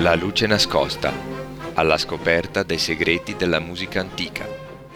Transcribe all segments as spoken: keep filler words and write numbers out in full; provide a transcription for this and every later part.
La luce nascosta, alla scoperta dei segreti della musica antica.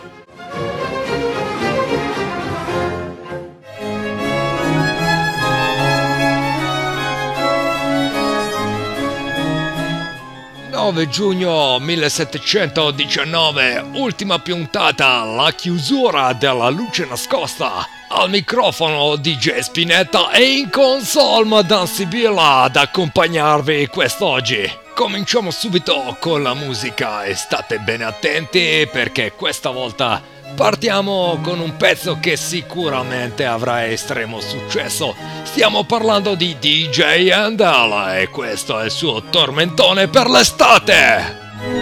nove giugno millesettecentodiciannove, ultima puntata, la chiusura della luce nascosta. Al microfono D J Spinetta e in console Madame Sibilla ad accompagnarvi quest'oggi. Cominciamo subito con la musica e state bene attenti perché questa volta partiamo con un pezzo che sicuramente avrà estremo successo. Stiamo parlando di D J Handel e questo è il suo tormentone per l'estate.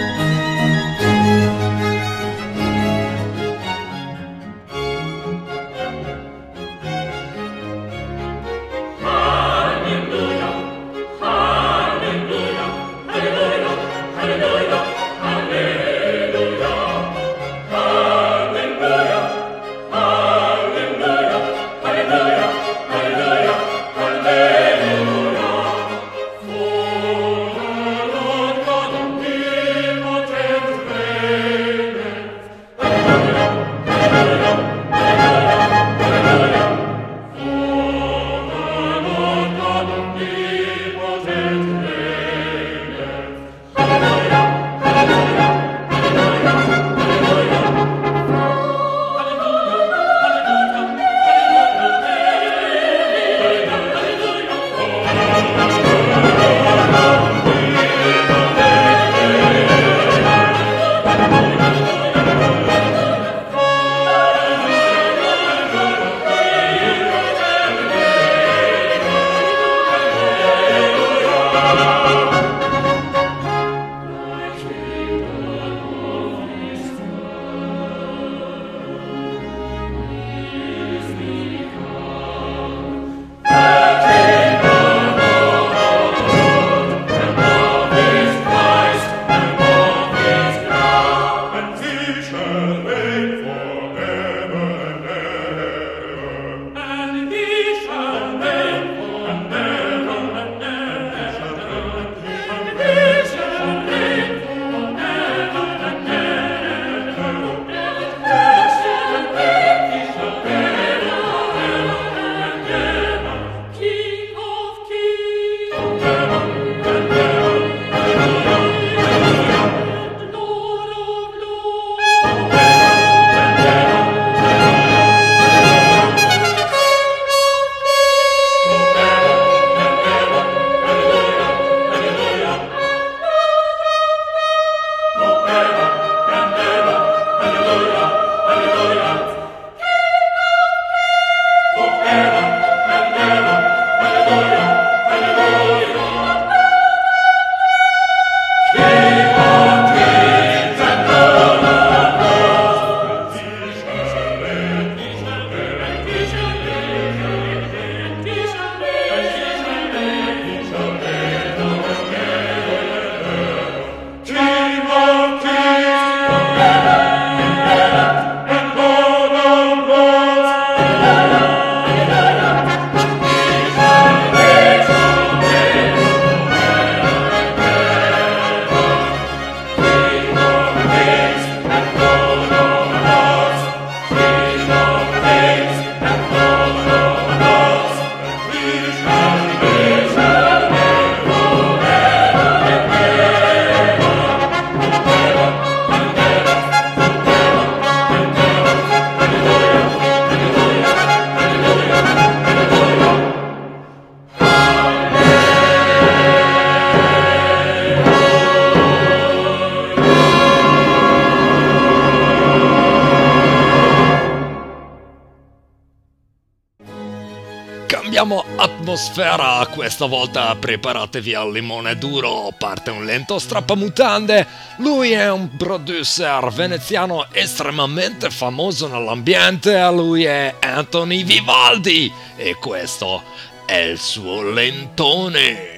Cambiamo atmosfera, questa volta preparatevi al limone duro, parte un lento strappamutande. Lui è un producer veneziano estremamente famoso nell'ambiente, lui è Anthony Vivaldi e questo è il suo lentone.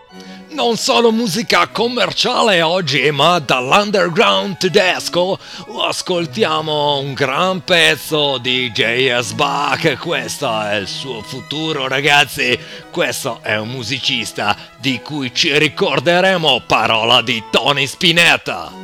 Non solo musica commerciale oggi, ma dall'underground tedesco ascoltiamo un gran pezzo di J S. Bach. Questo è il suo futuro, ragazzi. Questo è un musicista di cui ci ricorderemo. Parola di Tony Spinetta.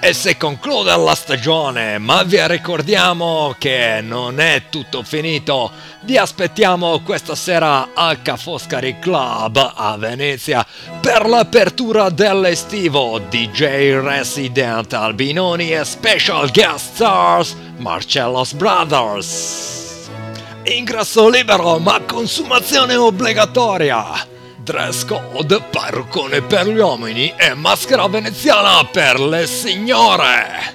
e si conclude la stagione, ma vi ricordiamo che non è tutto finito. Vi aspettiamo questa sera al Ca' Foscari Club a Venezia per l'apertura dell'estivo. D J Resident Albinoni e special guest stars Marcello's Brothers. Ingresso libero ma consumazione obbligatoria. Dress code, parruccone per gli uomini e maschera veneziana per le signore.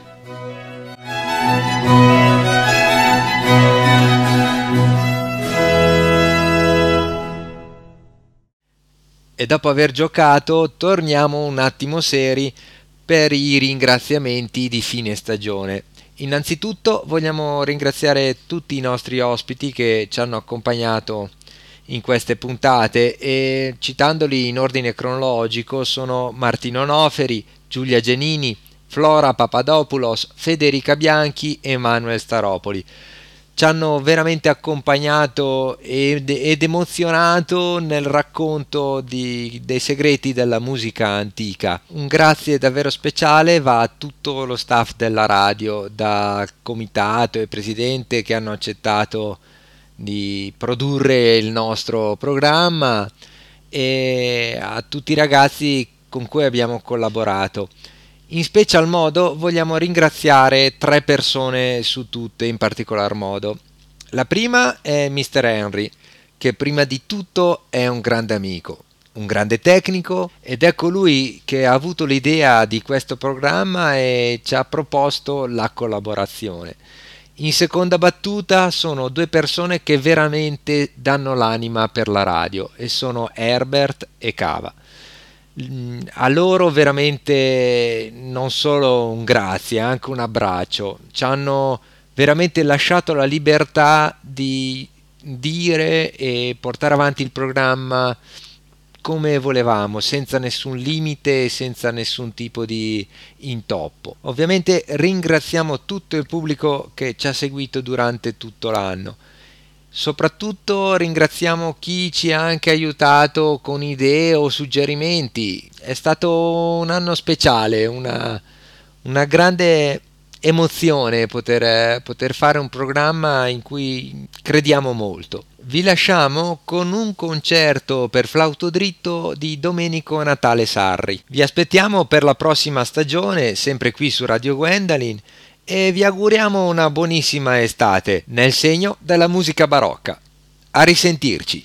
E dopo aver giocato torniamo un attimo seri per i ringraziamenti di fine stagione. Innanzitutto vogliamo ringraziare tutti i nostri ospiti che ci hanno accompagnato in queste puntate e, citandoli in ordine cronologico, sono Martino Noferi, Giulia Genini, Flora Papadopoulos, Federica Bianchi e Manuel Staropoli. Ci hanno veramente accompagnato ed, ed emozionato nel racconto di, dei segreti della musica antica. Un grazie davvero speciale va a tutto lo staff della radio, da comitato e presidente, che hanno accettato di produrre il nostro programma, e a tutti i ragazzi con cui abbiamo collaborato. In special modo vogliamo ringraziare tre persone su tutte in particolar modo. La prima è mister Henry, che prima di tutto è un grande amico, un grande tecnico, ed è colui che ha avuto l'idea di questo programma e ci ha proposto la collaborazione. In seconda battuta sono due persone che veramente danno l'anima per la radio, e sono Herbert e Cava. A loro veramente non solo un grazie, anche un abbraccio. Ci hanno veramente lasciato la libertà di dire e portare avanti il programma come volevamo, senza nessun limite e senza nessun tipo di intoppo. Ovviamente ringraziamo tutto il pubblico che ci ha seguito durante tutto l'anno. Soprattutto ringraziamo chi ci ha anche aiutato con idee o suggerimenti. È stato un anno speciale, una, una grande emozione poter, poter fare un programma in cui crediamo molto. Vi lasciamo con un concerto per flauto dritto di Domenico Natale Sarri. Vi aspettiamo per la prossima stagione, sempre qui su Radio Gwendalin, e vi auguriamo una buonissima estate nel segno della musica barocca. A risentirci.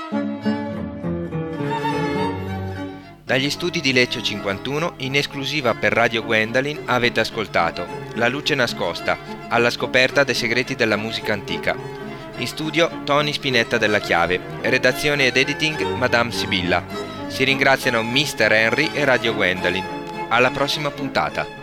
Dagli studi di Lecce cinquantuno, in esclusiva per Radio Gwendolyn, avete ascoltato La luce nascosta, alla scoperta dei segreti della musica antica. In studio Tony Spinetta della Chiave, redazione ed editing Madame Sibilla. Si ringraziano mister Henry e Radio Gwendolyn. Alla prossima puntata.